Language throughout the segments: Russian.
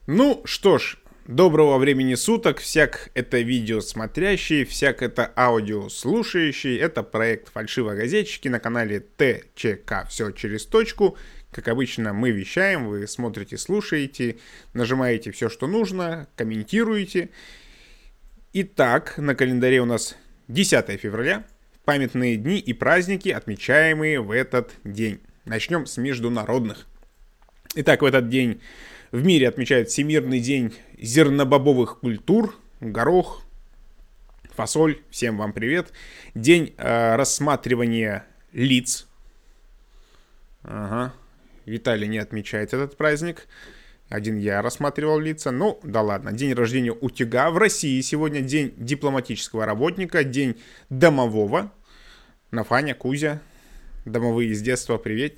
Ну что ж, доброго времени суток, всяк это видео смотрящий, всяк это аудио слушающий. Это проект «Фальшивогазетчики» на канале ТЧК «Все через точку». Как обычно, мы вещаем, вы смотрите, слушаете, нажимаете все, что нужно, комментируете. Итак, на календаре у нас 10 февраля, памятные дни и праздники, отмечаемые в этот день. Начнем с международных. Итак, в этот день в мире отмечают Всемирный день зернобобовых культур, горох, фасоль, всем вам привет. День рассматривания лиц. Ага, Виталий не отмечает этот праздник. Один я рассматривал лица. Ну, да ладно. День рождения утюга. В России сегодня день дипломатического работника, день домового. Нафаня, Кузя, домовые из детства, привет.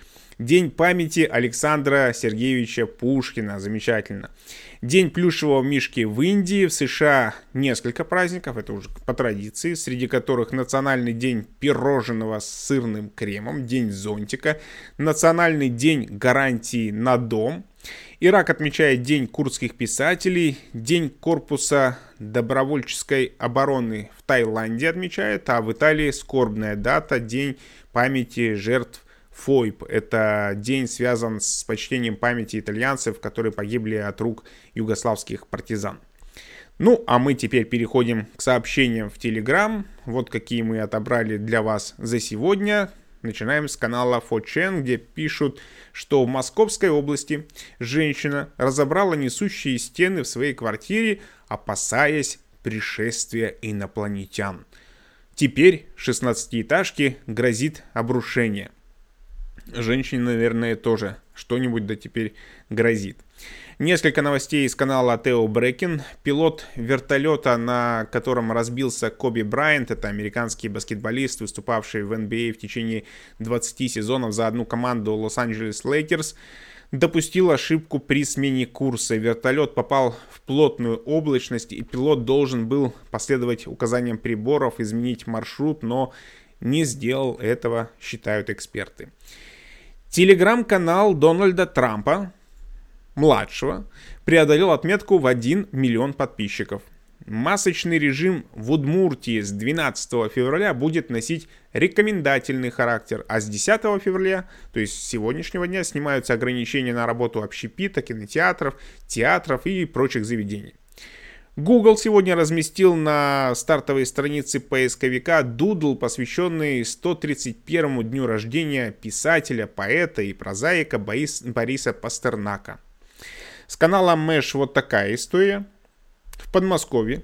День памяти Александра Сергеевича Пушкина. Замечательно. День плюшевого мишки в Индии. В США несколько праздников, это уже по традиции, среди которых Национальный день пирожного с сырным кремом, День зонтика, Национальный день гарантии на дом. Ирак отмечает День курдских писателей, День корпуса добровольческой обороны в Таиланде отмечает, а в Италии скорбная дата, День памяти жертв ФОЙП. Это день связан с почтением памяти итальянцев, которые погибли от рук югославских партизан. Ну, а мы теперь переходим к сообщениям в Telegram. Вот какие мы отобрали для вас за сегодня. Начинаем с канала 4chan, где пишут, что в Московской области женщина разобрала несущие стены в своей квартире, опасаясь пришествия инопланетян. Теперь 16-этажке грозит обрушение. Женщине, наверное, тоже что-нибудь да теперь грозит. Несколько новостей из канала Тео Брекин. Пилот вертолета, на котором разбился Коби Брайант, это американский баскетболист, выступавший в NBA в течение 20 сезонов за одну команду Лос-Анджелес Лейкерс, допустил ошибку при смене курса. Вертолет попал в плотную облачность, и пилот должен был последовать указаниям приборов, изменить маршрут, но не сделал этого, считают эксперты. Телеграм-канал Дональда Трампа младшего преодолел отметку в 1 миллион подписчиков. Масочный режим в Удмуртии с 12 февраля будет носить рекомендательный характер, а с 10 февраля, то есть с сегодняшнего дня, снимаются ограничения на работу общепита, кинотеатров, театров и прочих заведений. Google сегодня разместил на стартовой странице поисковика дудл, посвященный 131-му дню рождения писателя, поэта и прозаика Бориса Пастернака. С канала Мэш вот такая история. В Подмосковье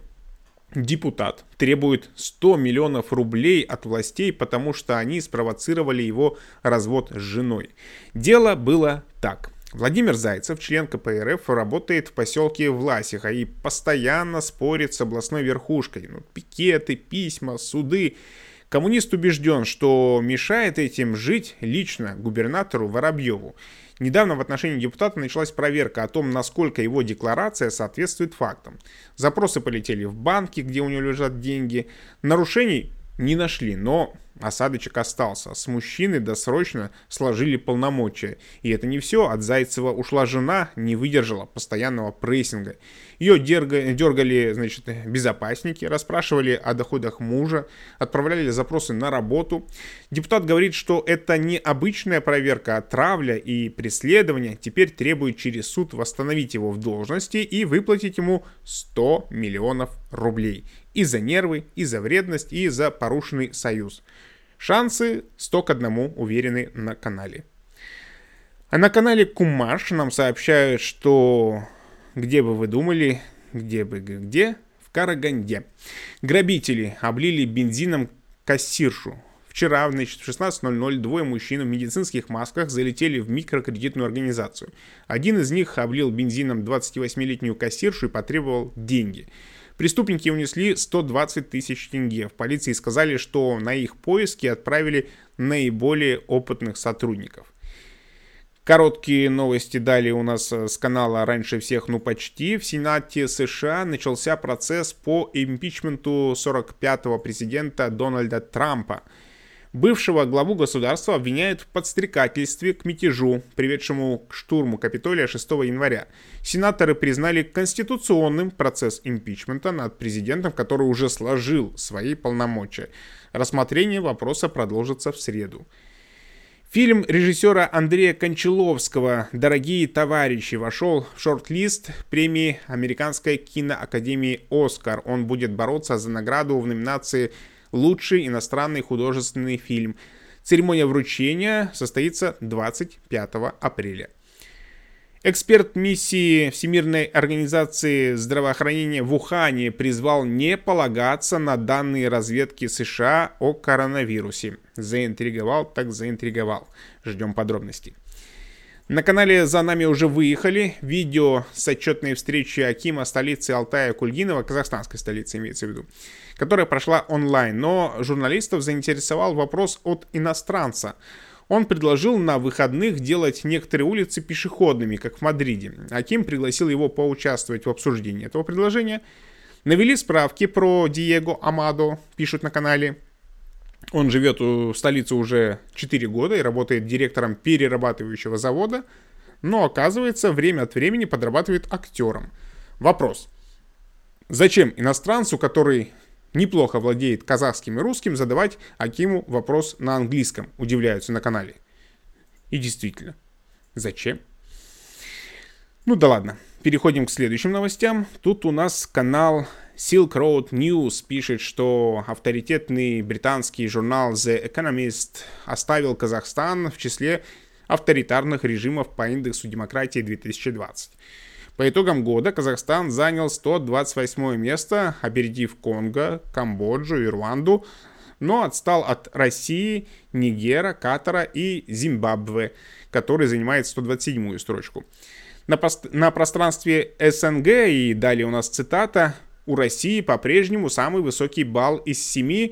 депутат требует 100 миллионов рублей от властей, потому что они спровоцировали его развод с женой. Дело было так. Владимир Зайцев, член КПРФ, работает в поселке Власиха и постоянно спорит с областной верхушкой. Пикеты, письма, суды. Коммунист убежден, что мешает этим жить лично губернатору Воробьеву. Недавно в отношении депутата началась проверка о том, насколько его декларация соответствует фактам. Запросы полетели в банки, где у него лежат деньги. Нарушений не нашли, но осадочек остался. С мужчины досрочно сложили полномочия. И это не все. От Зайцева ушла жена, не выдержала постоянного прессинга. Ее дергали, значит, безопасники, расспрашивали о доходах мужа, отправляли запросы на работу. Депутат говорит, что это не обычная проверка, а травля и преследование. Теперь требует через суд восстановить его в должности и выплатить ему 100 миллионов рублей. И за нервы, и за вредность, и за порушенный союз. Шансы 100-1, уверены на канале. А на канале Кумаш нам сообщают, что, где бы вы думали, где? В Караганде. Грабители облили бензином кассиршу. Вчера, значит, в 16:00 двое мужчин в медицинских масках залетели в микрокредитную организацию. Один из них облил бензином 28-летнюю кассиршу и потребовал деньги. Преступники унесли 120 тысяч тенге. В полиции сказали, что на их поиски отправили наиболее опытных сотрудников. Короткие новости далее у нас с канала «Раньше всех, ну почти». В Сенате США начался процесс по импичменту 45-го президента Дональда Трампа. Бывшего главу государства обвиняют в подстрекательстве к мятежу, приведшему к штурму Капитолия 6 января. Сенаторы признали конституционным процесс импичмента над президентом, который уже сложил свои полномочия. Рассмотрение вопроса продолжится в среду. Фильм режиссера Андрея Кончаловского «Дорогие товарищи» вошел в шорт-лист премии Американской киноакадемии «Оскар». Он будет бороться за награду в номинации «Лучший иностранный художественный фильм». Церемония вручения состоится 25 апреля. Эксперт миссии Всемирной организации здравоохранения в Ухане призвал не полагаться на данные разведки США о коронавирусе. Заинтриговал так заинтриговал. Ждем подробностей. На канале «За нами уже выехали» видео с отчетной встречи акима столицы Алтая Кульгинова, казахстанской столицы имеется в виду, которая прошла онлайн, но журналистов заинтересовал вопрос от иностранца. Он предложил на выходных делать некоторые улицы пешеходными, как в Мадриде. Аким пригласил его поучаствовать в обсуждении этого предложения. Навели справки про Диего Амадо, пишут на канале. Он живет в столице уже 4 года и работает директором перерабатывающего завода, но, оказывается, время от времени подрабатывает актером. Вопрос. Зачем иностранцу, который неплохо владеет казахским и русским, задавать акиму вопрос на английском, удивляются на канале. И действительно, зачем? Ну да ладно, переходим к следующим новостям. Тут у нас канал Silk Road News пишет, что авторитетный британский журнал The Economist оставил Казахстан в числе авторитарных режимов по индексу демократии 2020. По итогам года Казахстан занял 128 место, опередив Конго, Камбоджу и Руанду, но отстал от России, Нигера, Катара и Зимбабве, который занимает 127-ю строчку. На пространстве СНГ, и далее у нас цитата, у России по-прежнему самый высокий балл из 7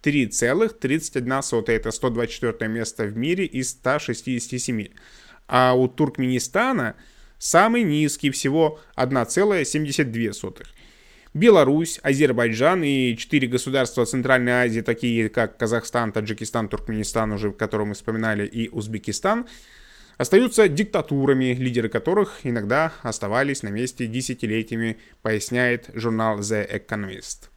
3,31. Это 124 место в мире из 167. А у Туркменистана самый низкий, всего 1,72. Беларусь, Азербайджан и 4 государства Центральной Азии, такие как Казахстан, Таджикистан, Туркменистан, уже которые мы вспоминали, и Узбекистан, остаются диктатурами, лидеры которых иногда оставались на месте десятилетиями, поясняет журнал The Economist.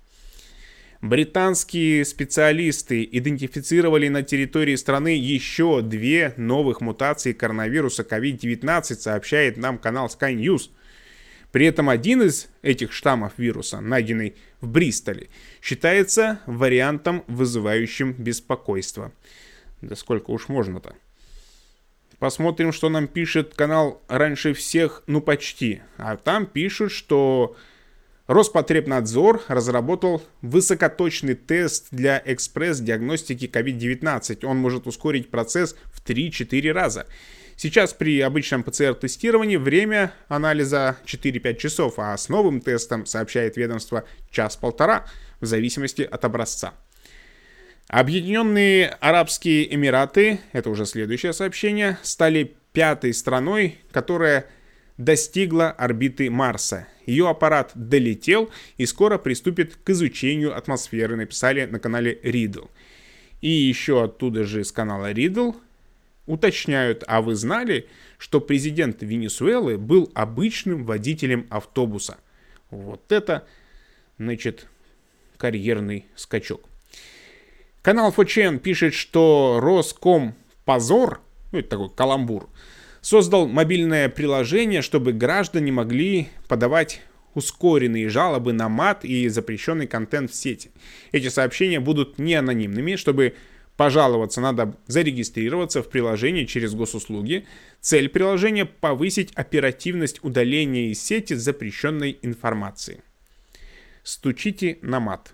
Британские специалисты идентифицировали на территории страны еще 2 новых мутации коронавируса COVID-19, сообщает нам канал Sky News. При этом один из этих штаммов вируса, найденный в Бристоле, считается вариантом, вызывающим беспокойство. Да сколько уж можно-то. Посмотрим, что нам пишет канал «Раньше всех», ну почти. А там пишут, что Роспотребнадзор разработал высокоточный тест для экспресс-диагностики COVID-19. Он может ускорить процесс в 3-4 раза. Сейчас при обычном ПЦР-тестировании время анализа 4-5 часов, а с новым тестом, сообщает ведомство, 1-1,5 в зависимости от образца. Объединенные Арабские Эмираты, это уже следующее сообщение, стали 5-й страной, которая достигла орбиты Марса. Ее аппарат долетел и скоро приступит к изучению атмосферы, написали на канале Riddle. И еще оттуда же с канала Riddle уточняют, а вы знали, что президент Венесуэлы был обычным водителем автобуса? Вот это, значит, карьерный скачок. Канал 4chan пишет, что Роскомпозор, ну это такой каламбур, создал мобильное приложение, чтобы граждане могли подавать ускоренные жалобы на мат и запрещенный контент в сети. Эти сообщения будут не анонимными. Чтобы пожаловаться, надо зарегистрироваться в приложении через госуслуги. Цель приложения – повысить оперативность удаления из сети запрещенной информации. Стучите на мат.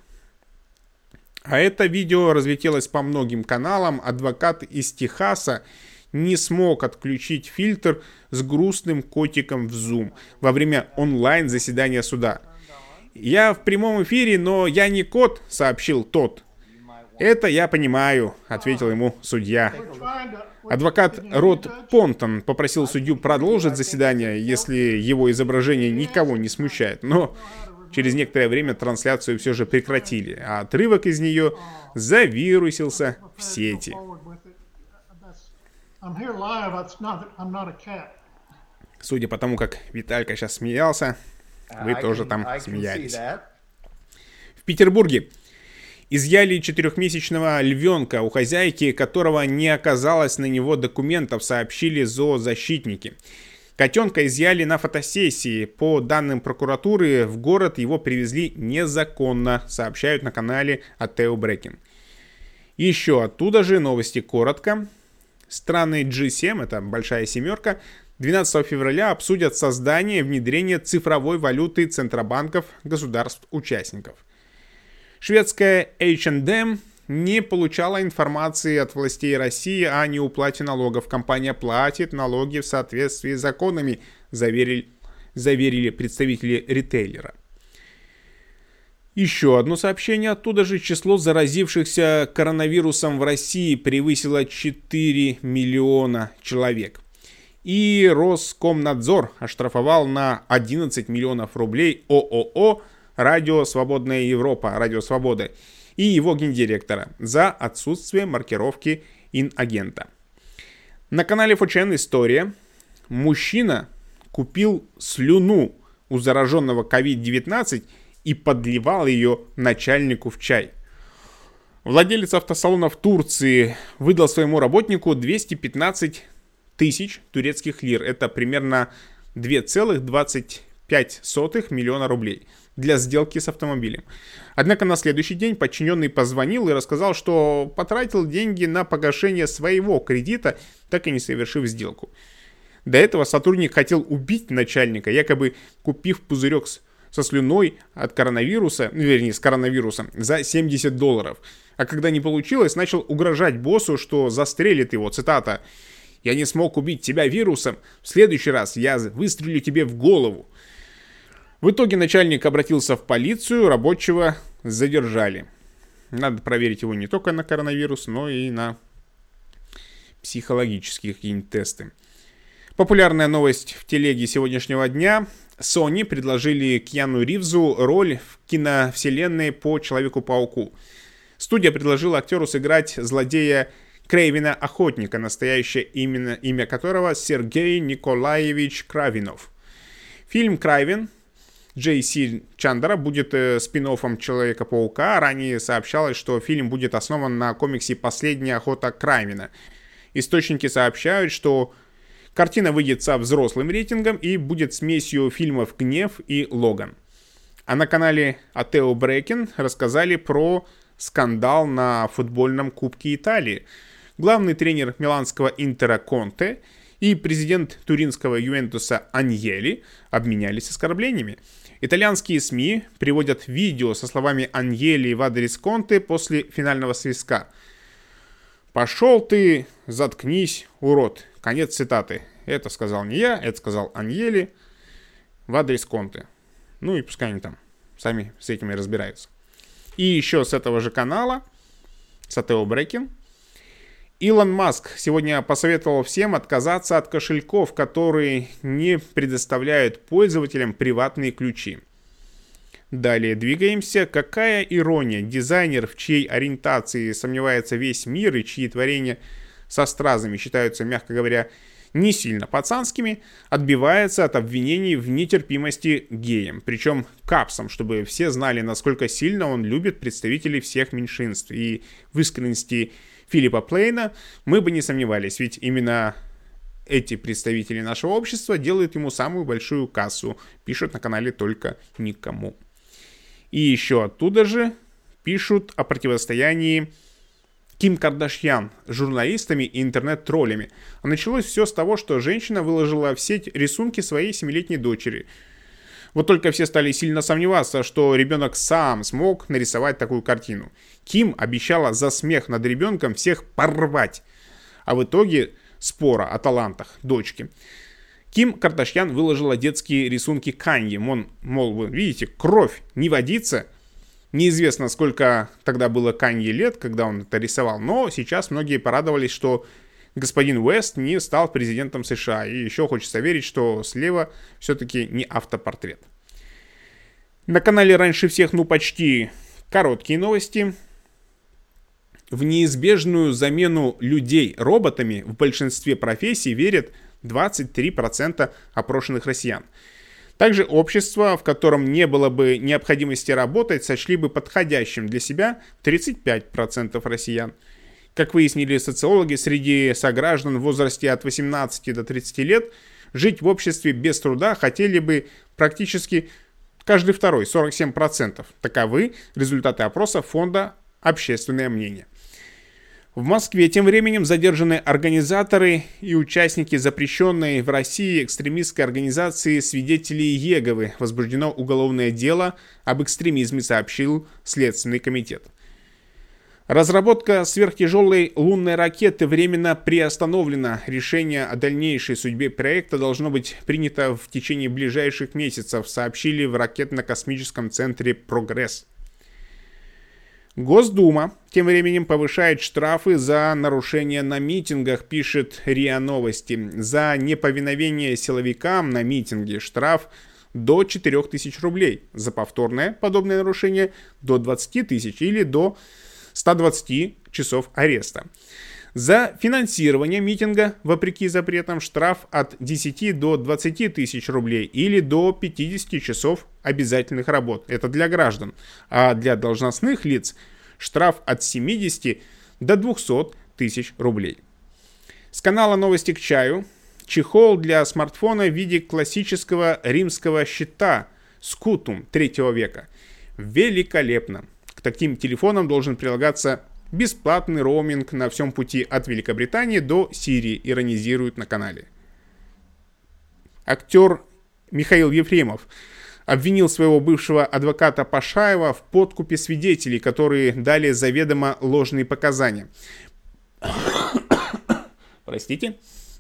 А это видео разлетелось по многим каналам. Адвокат из Техаса не смог отключить фильтр с грустным котиком в Zoom во время онлайн-заседания суда. «Я в прямом эфире, но я не кот», — сообщил тот. «Это я понимаю», — ответил ему судья. Адвокат Род Понтон попросил судью продолжить заседание, если его изображение никого не смущает. Но через некоторое время трансляцию все же прекратили, а отрывок из нее завирусился в сети. Судя по тому, как Виталька сейчас смеялся, вы тоже там смеялись. В Петербурге изъяли 4-месячного львенка, у хозяйки которого не оказалось на него документов, сообщили зоозащитники. Котенка изъяли на фотосессии. По данным прокуратуры, в город его привезли незаконно, сообщают на канале Атео Брекин. Еще оттуда же новости коротко. Страны G7, это большая семерка, 12 февраля обсудят создание и внедрение цифровой валюты центробанков государств-участников. Шведская H&M не получала информации от властей России о неуплате налогов. Компания платит налоги в соответствии с законами, заверили представители ритейлера. Еще одно сообщение оттуда же. Число заразившихся коронавирусом в России превысило 4 миллиона человек. И Роскомнадзор оштрафовал на 11 миллионов рублей ООО «Радио Свободная Европа», «Радио Свобода», и его гендиректора за отсутствие маркировки инагента. На канале ФЧН «История» мужчина купил слюну у зараженного COVID-19 и подливал ее начальнику в чай. Владелец автосалона в Турции выдал своему работнику 215 тысяч турецких лир. Это примерно 2,25 миллиона рублей для сделки с автомобилем. Однако на следующий день подчиненный позвонил и рассказал, что потратил деньги на погашение своего кредита, так и не совершив сделку. До этого сотрудник хотел убить начальника, якобы купив пузырек со слюной от коронавируса, с коронавирусом, за $70. А когда не получилось, начал угрожать боссу, что застрелит его, цитата: «Я не смог убить тебя вирусом, в следующий раз я выстрелю тебе в голову». В итоге начальник обратился в полицию, рабочего задержали. Надо проверить его не только на коронавирус, но и на психологические какие-нибудь тесты. Популярная новость в телеге сегодняшнего дня. Sony предложили Киану Ривзу роль в киновселенной по Человеку-пауку. Студия предложила актеру сыграть злодея Крейвена Охотника, настоящее имя которого Сергей Николаевич Кравинов. Фильм «Крайвен» Джей.Си. Чандра будет спин-оффом Человека-паука. Ранее сообщалось, что фильм будет основан на комиксе «Последняя охота Крайвена». Источники сообщают, что картина выйдет со взрослым рейтингом и будет смесью фильмов «Гнев» и «Логан». А на канале Атео Брекин рассказали про скандал на футбольном Кубке Италии. Главный тренер миланского Интера Конте и президент туринского Ювентуса Аньели обменялись оскорблениями. Итальянские СМИ приводят видео со словами Аньели в адрес Конте после финального свистка. «Пошел ты, заткнись, урод». Конец цитаты. Это сказал не я, это сказал Аньели в адрес Конте. Ну и пускай они там сами с этим и разбираются. И еще с этого же канала, с Атео Брекин, Илон Маск сегодня посоветовал всем отказаться от кошельков, которые не предоставляют пользователям приватные ключи. Далее двигаемся. Какая ирония. Дизайнер, в чьей ориентации сомневается весь мир и чьи творения со стразами считаются, мягко говоря, не сильно пацанскими, отбивается от обвинений в нетерпимости геям. Причем капсом, чтобы все знали, насколько сильно он любит представителей всех меньшинств. И в искренности Филиппа Плейна мы бы не сомневались, ведь именно эти представители нашего общества делают ему самую большую кассу, пишут на канале «Только никому». И еще оттуда же пишут о противостоянии Ким Кардашьян с журналистами и интернет-троллями. А началось все с того, что женщина выложила в сеть рисунки своей 7-летней дочери. Вот только все стали сильно сомневаться, что ребенок сам смог нарисовать такую картину. Ким обещала за смех над ребенком всех порвать. А в итоге спора о талантах дочки. Ким Кардашьян выложила детские рисунки Канье. Мол, вы видите, кровь не водится. Неизвестно, сколько тогда было Канье лет, когда он это рисовал. Но сейчас многие порадовались, что господин Уэст не стал президентом США. И еще хочется верить, что слева все-таки не автопортрет. На канале раньше всех, почти короткие новости. В неизбежную замену людей роботами в большинстве профессий верят 23% опрошенных россиян. Также общество, в котором не было бы необходимости работать, сочли бы подходящим для себя 35% россиян. Как выяснили социологи, среди сограждан в возрасте от 18 до 30 лет жить в обществе без труда хотели бы практически каждый второй, 47%. Таковы результаты опроса фонда «Общественное мнение». В Москве тем временем задержаны организаторы и участники запрещенной в России экстремистской организации «Свидетели Иеговы». Возбуждено уголовное дело об экстремизме, сообщил Следственный комитет. Разработка сверхтяжелой лунной ракеты временно приостановлена. Решение о дальнейшей судьбе проекта должно быть принято в течение ближайших месяцев, сообщили в ракетно-космическом центре «Прогресс». Госдума тем временем повышает штрафы за нарушения на митингах, пишет РИА Новости. За неповиновение силовикам на митинге штраф до 4000 рублей. За повторное подобное нарушение до 20 тысяч или до 120 часов ареста. За финансирование митинга, вопреки запретам, штраф от 10 до 20 тысяч рублей или до 50 часов обязательных работ. Это для граждан. А для должностных лиц штраф от 70 до 200 тысяч рублей. С канала «Новости к чаю». Чехол для смартфона в виде классического римского щита Скутум 3 века. Великолепно. К таким телефонам должен прилагаться бесплатный роуминг на всем пути от Великобритании до Сирии, иронизируют на канале. Актер Михаил Ефремов обвинил своего бывшего адвоката Пашаева в подкупе свидетелей, которые дали заведомо ложные показания. Простите.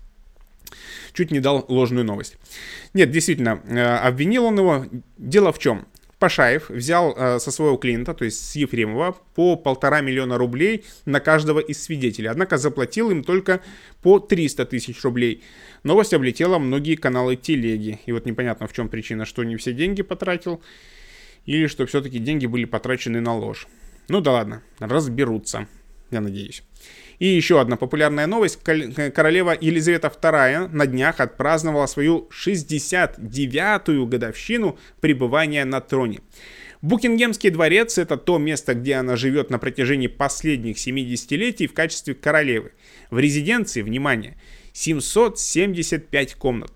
Чуть не дал ложную новость. Нет, действительно, обвинил он его. Дело в чем? Пашаев взял со своего клиента, то есть с Ефремова, по 1,5 миллиона рублей на каждого из свидетелей. Однако заплатил им только по 300 тысяч рублей. Новость облетела многие каналы телеги. И вот непонятно, в чем причина, что не все деньги потратил, или что все-таки деньги были потрачены на ложь. Ну да ладно, разберутся, я надеюсь. И еще одна популярная новость. Королева Елизавета II на днях отпраздновала свою 69-ю годовщину пребывания на троне. Букингемский дворец – это то место, где она живет на протяжении последних 70-летий в качестве королевы. В резиденции, внимание, 775 комнат,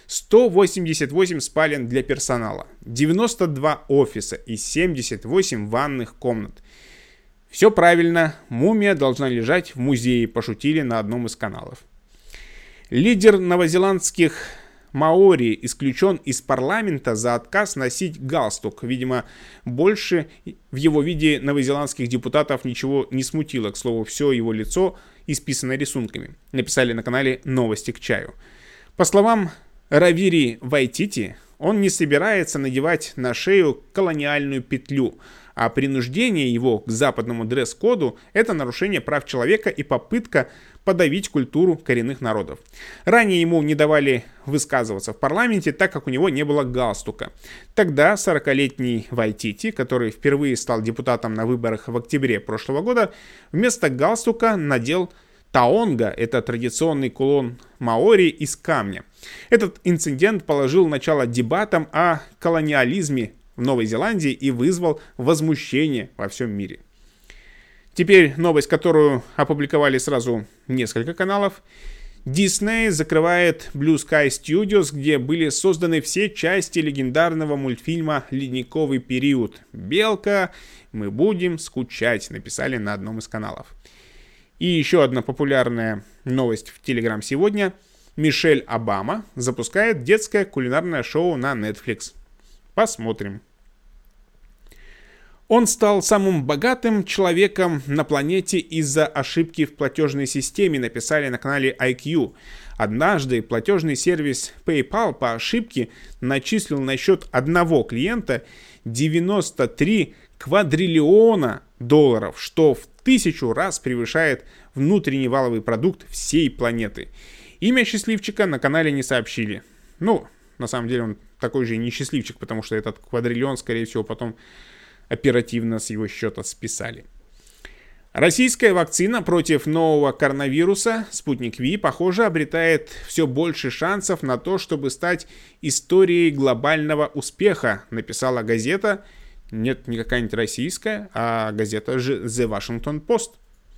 188 спален для персонала, 92 офиса и 78 ванных комнат. Все правильно, мумия должна лежать в музее, пошутили на одном из каналов. Лидер новозеландских маори исключен из парламента за отказ носить галстук. Видимо, больше в его виде новозеландских депутатов ничего не смутило. К слову, все его лицо исписано рисунками. Написали на канале «Новости к чаю». По словам Равири Вайтити, он не собирается надевать на шею колониальную петлю, а принуждение его к западному дресс-коду – это нарушение прав человека и попытка подавить культуру коренных народов. Ранее ему не давали высказываться в парламенте, так как у него не было галстука. Тогда 40-летний Вайтити, который впервые стал депутатом на выборах в октябре прошлого года, вместо галстука надел таонга – это традиционный кулон маори из камня. Этот инцидент положил начало дебатам о колониализме в Новой Зеландии и вызвал возмущение во всем мире. Теперь новость, которую опубликовали сразу несколько каналов. Disney закрывает Blue Sky Studios, где были созданы все части легендарного мультфильма «Ледниковый период». «Белка, мы будем скучать», написали на одном из каналов. И еще одна популярная новость в Telegram сегодня. Мишель Обама запускает детское кулинарное шоу на Netflix. Посмотрим. Он стал самым богатым человеком на планете из-за ошибки в платежной системе, написали на канале IQ. Однажды платежный сервис PayPal по ошибке начислил на счет одного клиента 93 квадриллиона долларов, что в 1000 раз превышает внутренний валовый продукт всей планеты. Имя счастливчика на канале не сообщили. на самом деле он такой же несчастливчик, потому что этот квадриллион, скорее всего, потом оперативно с его счета списали. Российская вакцина против нового коронавируса «Спутник Ви», похоже, обретает все больше шансов на то, чтобы стать историей глобального успеха, написала газета, нет, не какая-нибудь российская, а газета The Washington Post.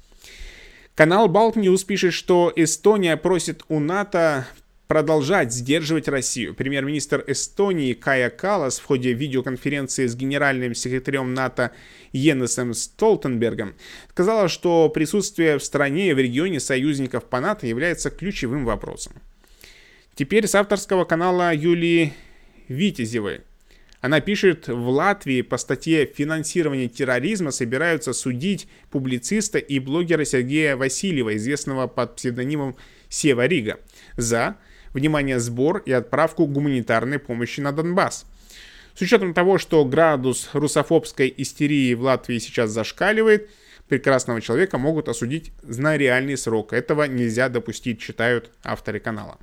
Канал Balt News пишет, что Эстония просит у НАТО продолжать сдерживать Россию. Премьер-министр Эстонии Кая Каллас в ходе видеоконференции с генеральным секретарем НАТО Йенсом Столтенбергом сказала, что присутствие в стране и в регионе союзников по НАТО является ключевым вопросом. Теперь с авторского канала Юлии Витязевой. Она пишет, в Латвии по статье «Финансирование терроризма» собираются судить публициста и блогера Сергея Васильева, известного под псевдонимом Сева Рига, за, внимание, сбор и отправку гуманитарной помощи на Донбасс. С учетом того, что градус русофобской истерии в Латвии сейчас зашкаливает, прекрасного человека могут осудить на реальный срок. Этого нельзя допустить, считают авторы канала.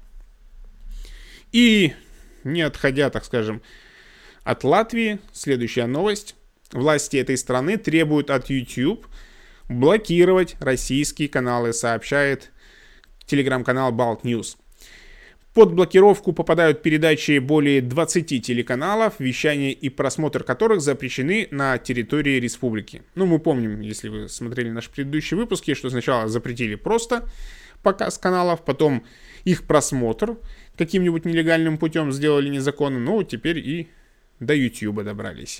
И, не отходя, так скажем, от Латвии, следующая новость. Власти этой страны требуют от YouTube блокировать российские каналы, сообщает телеграм-канал Balt News. Под блокировку попадают передачи более 20 телеканалов, вещание и просмотр которых запрещены на территории республики. Ну, мы помним, если вы смотрели наши предыдущие выпуски, что сначала запретили просто показ каналов, потом их просмотр каким-нибудь нелегальным путем сделали незаконно, но теперь и до YouTube добрались.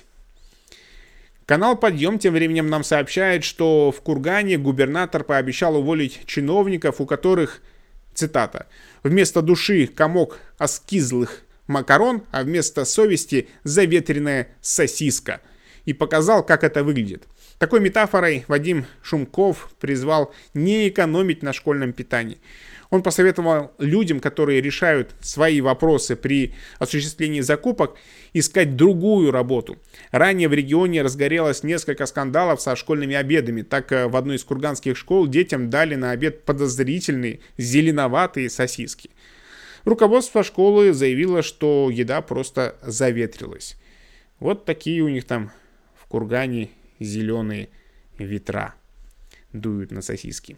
Канал «Подъем» тем временем нам сообщает, что в Кургане губернатор пообещал уволить чиновников, у которых, цитата, «вместо души комок аскизлых макарон, а вместо совести заветренная сосиска», и показал, как это выглядит. Такой метафорой Вадим Шумков призвал не экономить на школьном питании. Он посоветовал людям, которые решают свои вопросы при осуществлении закупок, искать другую работу. Ранее в регионе разгорелось несколько скандалов со школьными обедами. Так, в одной из курганских школ детям дали на обед подозрительные зеленоватые сосиски. Руководство школы заявило, что еда просто заветрилась. Вот такие у них там в Кургане зеленые ветра дуют на сосиски.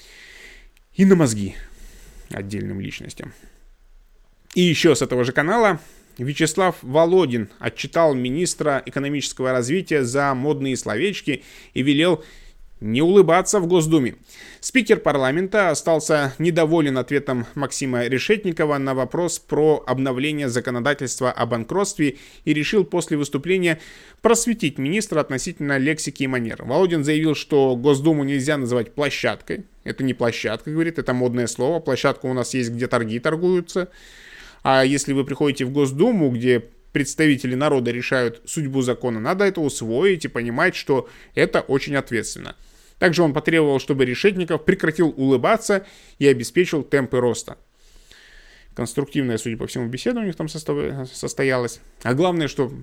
И на мозги отдельным личностям. И еще с этого же канала Вячеслав Володин отчитал министра экономического развития за модные словечки и велел не улыбаться в Госдуме. Спикер парламента остался недоволен ответом Максима Решетникова на вопрос про обновление законодательства о банкротстве и решил после выступления просветить министра относительно лексики и манер. Володин заявил, что Госдуму нельзя называть площадкой. Это не площадка, говорит, это модное слово. Площадка у нас есть, где торги торгуются. А если вы приходите в Госдуму, где представители народа решают судьбу закона, надо это усвоить и понимать, что это очень ответственно. Также он потребовал, чтобы Решетников прекратил улыбаться и обеспечил темпы роста. Конструктивная, судя по всему, беседа у них там состоялась. А главное, что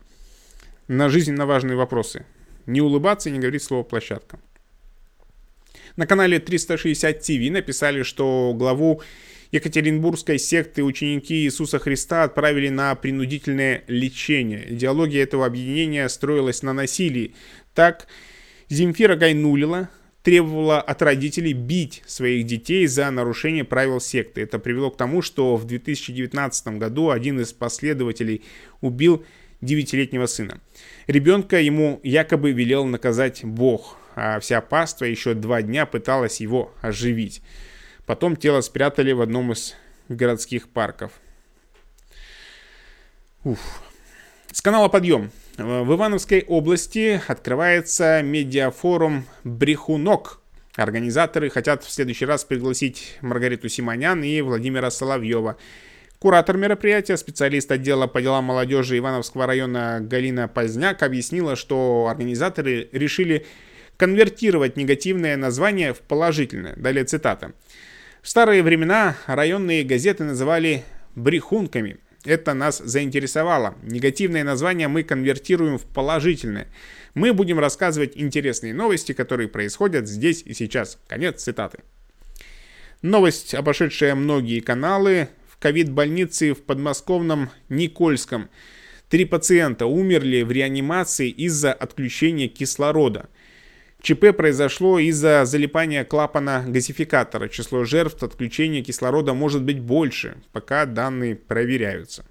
на жизненно важные вопросы. Не улыбаться и не говорить слово «площадка». На канале 360 ТВ написали, что главу Екатеринбургской секты ученики Иисуса Христа отправили на принудительное лечение. Идеология этого объединения строилась на насилии. Так, Земфира Гайнуллина требовала от родителей бить своих детей за нарушение правил секты. Это привело к тому, что в 2019 году один из последователей убил 9-летнего сына. Ребенка ему якобы велел наказать Бог, а вся паства еще 2 дня пыталась его оживить. Потом тело спрятали в одном из городских парков. С канала «Подъем». В Ивановской области открывается медиафорум «Брехунок». Организаторы хотят в следующий раз пригласить Маргариту Симонян и Владимира Соловьева. Куратор мероприятия, специалист отдела по делам молодежи Ивановского района Галина Поздняк объяснила, что организаторы решили конвертировать негативное название в положительное. Далее цитата. В старые времена районные газеты называли брехунками. Это нас заинтересовало. Негативное название мы конвертируем в положительное. Мы будем рассказывать интересные новости, которые происходят здесь и сейчас. Конец цитаты. Новость, обошедшая многие каналы, в ковид-больнице в подмосковном Никольском. 3 пациента умерли в реанимации из-за отключения кислорода. ЧП произошло из-за залипания клапана газификатора. Число жертв отключения кислорода может быть больше, пока данные проверяются.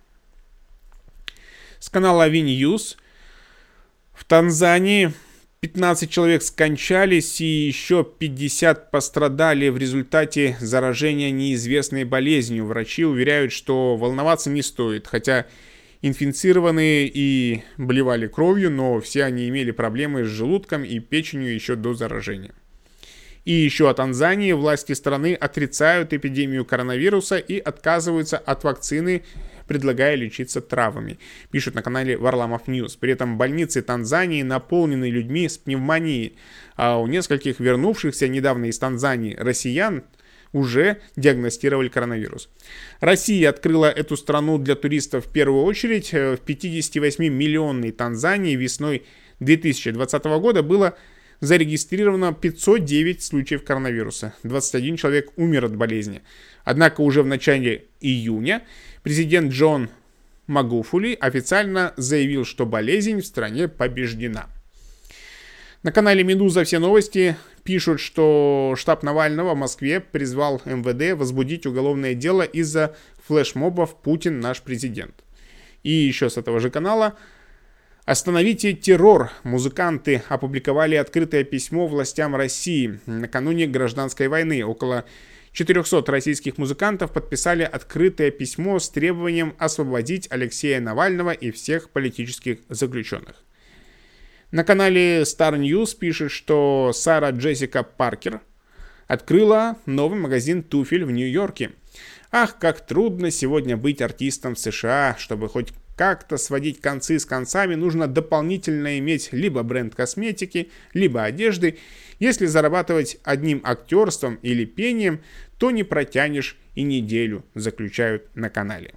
С канала VNews. В Танзании 15 человек скончались и еще 50 пострадали в результате заражения неизвестной болезнью. Врачи уверяют, что волноваться не стоит, хотя инфицированные и блевали кровью, но все они имели проблемы с желудком и печенью еще до заражения. И еще о Танзании. Власти страны отрицают эпидемию коронавируса и отказываются от вакцины, предлагая лечиться травами, пишут на канале Варламов Ньюс. При этом больницы Танзании наполнены людьми с пневмонией, а у нескольких вернувшихся недавно из Танзании россиян уже диагностировали коронавирус. Россия открыла эту страну для туристов в первую очередь. В 58-миллионной Танзании весной 2020 года было зарегистрировано 509 случаев коронавируса. 21 человек умер от болезни. Однако уже в начале июня президент Джон Магуфули официально заявил, что болезнь в стране побеждена. На канале «Медуза» все новости пишут, что штаб Навального в Москве призвал МВД возбудить уголовное дело из-за флешмобов «Путин наш президент». И еще с этого же канала: «Остановите террор». Музыканты опубликовали открытое письмо властям России накануне гражданской войны. Около 400 российских музыкантов подписали открытое письмо с требованием освободить Алексея Навального и всех политических заключенных. На канале Star News пишет, что Сара Джессика Паркер открыла новый магазин туфель в Нью-Йорке. Ах, как трудно сегодня быть артистом в США. Чтобы хоть как-то сводить концы с концами, нужно дополнительно иметь либо бренд косметики, либо одежды. Если зарабатывать одним актерством или пением, то не протянешь и неделю, заключают на канале.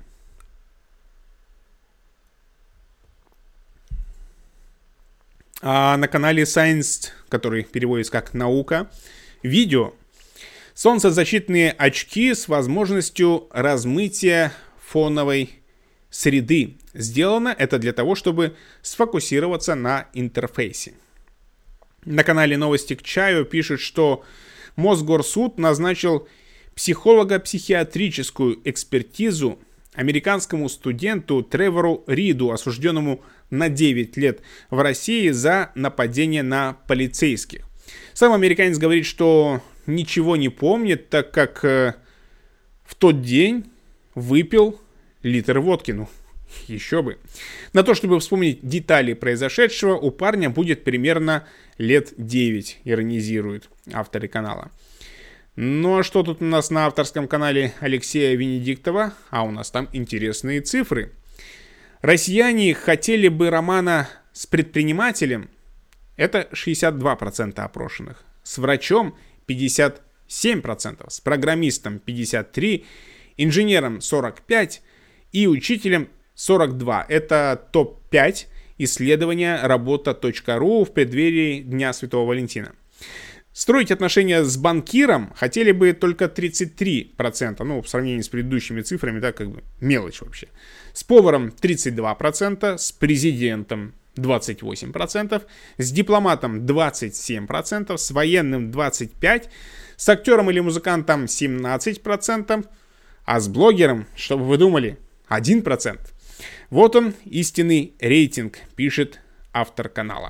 А на канале Science, который переводится как «Наука», видео. Солнцезащитные очки с возможностью размытия фоновой среды. Сделано это для того, чтобы сфокусироваться на интерфейсе. На канале «Новости к чаю» пишут, что Мосгорсуд назначил психолого-психиатрическую экспертизу американскому студенту Тревору Риду, осужденному на 9 лет в России за нападение на полицейских. Сам американец говорит, что ничего не помнит, так как в тот день выпил литр водки. Ну, еще бы. На то, чтобы вспомнить детали произошедшего, у парня будет примерно лет 9, иронизируют авторы канала. Ну а что тут у нас на авторском канале Алексея Венедиктова? А у нас там интересные цифры. Россияне хотели бы романа с предпринимателем. Это 62% опрошенных. С врачом 57%. С программистом 53%. Инженером 45%. И учителем 42%. Это топ-5 исследования работа.ру в преддверии Дня Святого Валентина. Строить отношения с банкиром хотели бы только 33%. Ну, в сравнении с предыдущими цифрами, так как бы мелочь вообще. С поваром 32%, с президентом 28%, с дипломатом 27%, с военным 25%, с актером или музыкантом 17%, а с блогером, чтобы вы думали, 1%. Вот он, истинный рейтинг, пишет автор канала.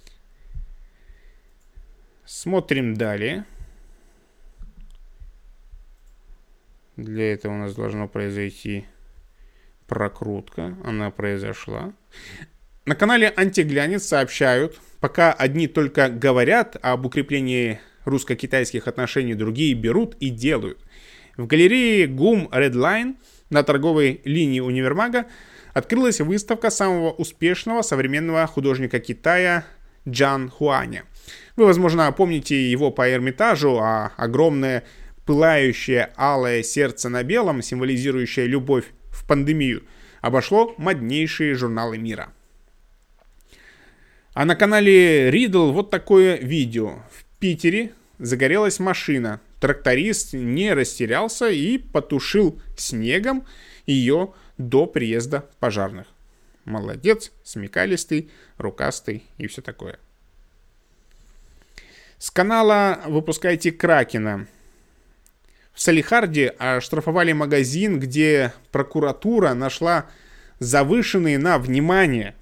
Смотрим далее. Для этого у нас должно произойти прокрутка. Она произошла. На канале Антиглянец сообщают, пока одни только говорят об укреплении русско-китайских отношений, другие берут и делают. В галерее ГУМ Redline на торговой линии универмага открылась выставка самого успешного современного художника Китая Джан Хуаня. Вы, возможно, помните его по Эрмитажу, а огромное пылающее алое сердце на белом, символизирующее любовь в пандемию, обошло моднейшие журналы мира. А на канале Riddle вот такое видео. В Питере загорелась машина. тракторист не растерялся и потушил снегом ее до приезда пожарных. Молодец, смекалистый, рукастый и все такое. С канала «Выпускайте Кракена». В Салехарде оштрафовали магазин, где прокуратура нашла завышенные на, внимание,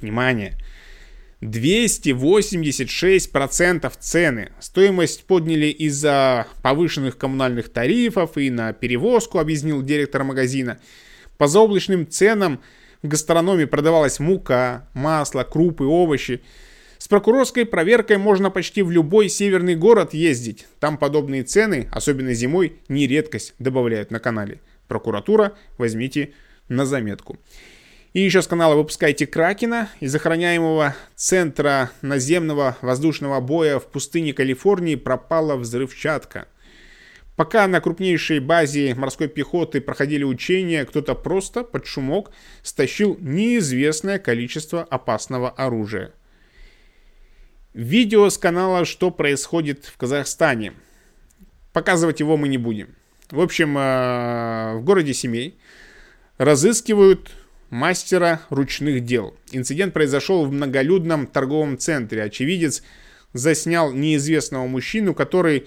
286% цены. Стоимость подняли из-за повышенных коммунальных тарифов и на перевозку, объяснил директор магазина. По заоблачным ценам в гастрономе продавалась мука, масло, крупы, овощи. С прокурорской проверкой можно почти в любой северный город ездить. Там подобные цены, особенно зимой, не редкость, добавляют на канале. Прокуратура, возьмите на заметку. И еще с канала «Выпускайте Кракена». Из охраняемого центра наземного воздушного боя в пустыне Калифорнии пропала взрывчатка. Пока на крупнейшей базе морской пехоты проходили учения, кто-то просто под шумок стащил неизвестное количество опасного оружия. Видео с канала «Что происходит в Казахстане». Показывать его мы не будем. В общем, в городе Семей разыскивают мастера ручных дел. Инцидент произошел в многолюдном торговом центре. Очевидец заснял неизвестного мужчину, который,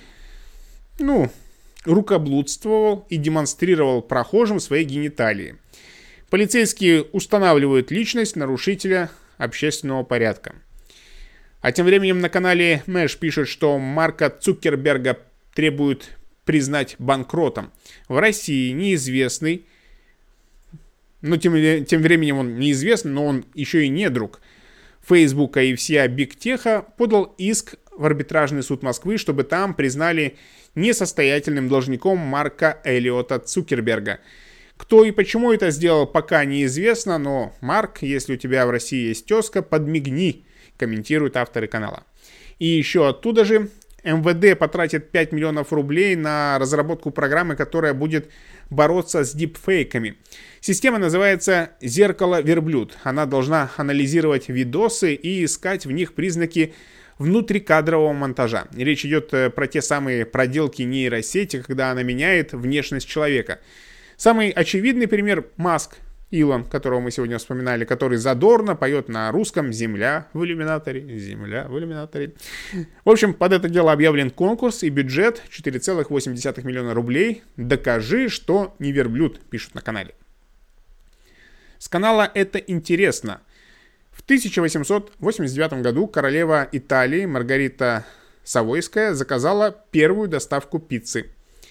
рукоблудствовал и демонстрировал прохожим свои гениталии. Полицейские устанавливают личность нарушителя общественного порядка. А тем временем на канале Мэш пишут, что Марка Цукерберга требуют признать банкротом. В России неизвестный, тем временем он неизвестный, но он еще и недруг Фейсбука и всея Бигтеха, подал иск в арбитражный суд Москвы, чтобы там признали несостоятельным должником Марка Элиота Цукерберга. Кто и почему это сделал, пока неизвестно, но, Марк, если у тебя в России есть тезка, подмигни, комментируют авторы канала. И еще оттуда же МВД потратит 5 миллионов рублей на разработку программы, которая будет бороться с дипфейками. Система называется «Зеркало верблюд». Она должна анализировать видосы и искать в них признаки внутрикадрового монтажа. Речь идет про те самые проделки нейросети, когда она меняет внешность человека. Самый очевидный пример — Маск, Илон, которого мы сегодня вспоминали, который задорно поет на русском «Земля в иллюминаторе, земля в иллюминаторе». В общем, под это дело объявлен конкурс и бюджет 4,8 миллиона рублей. «Докажи, что не верблюд», пишут на канале. С канала «Это интересно». В 1889 году королева Италии Маргарита Савойская заказала первую доставку пиццы.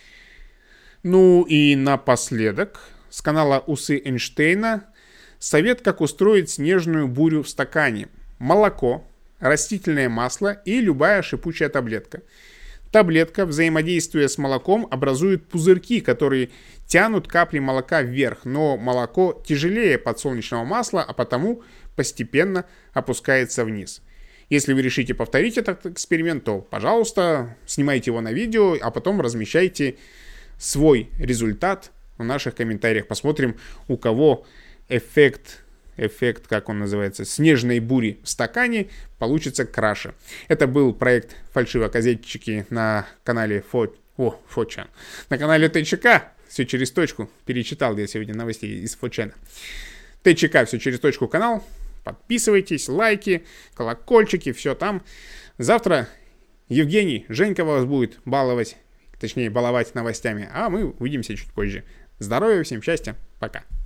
И напоследок с канала «Усы Эйнштейна» совет, как устроить снежную бурю в стакане. Молоко, растительное масло и любая шипучая таблетка. Таблетка, взаимодействуя с молоком, образует пузырьки, которые тянут капли молока вверх, но молоко тяжелее подсолнечного масла, а потому постепенно опускается вниз. Если вы решите повторить этот эксперимент, то, пожалуйста, снимайте его на видео, а потом размещайте свой результат в наших комментариях. Посмотрим, у кого эффект, как он называется, снежной бури в стакане получится краше. Это был проект «Фальшивокозетчики» на канале Фочан. На канале ТЧК, все через точку. Перечитал я сегодня новости из Фочана. ТЧК, все через точку канал. Подписывайтесь, лайки, колокольчики, все там. Завтра Женька вас будет баловать новостями, а мы увидимся чуть позже. Здоровья, всем счастья, пока.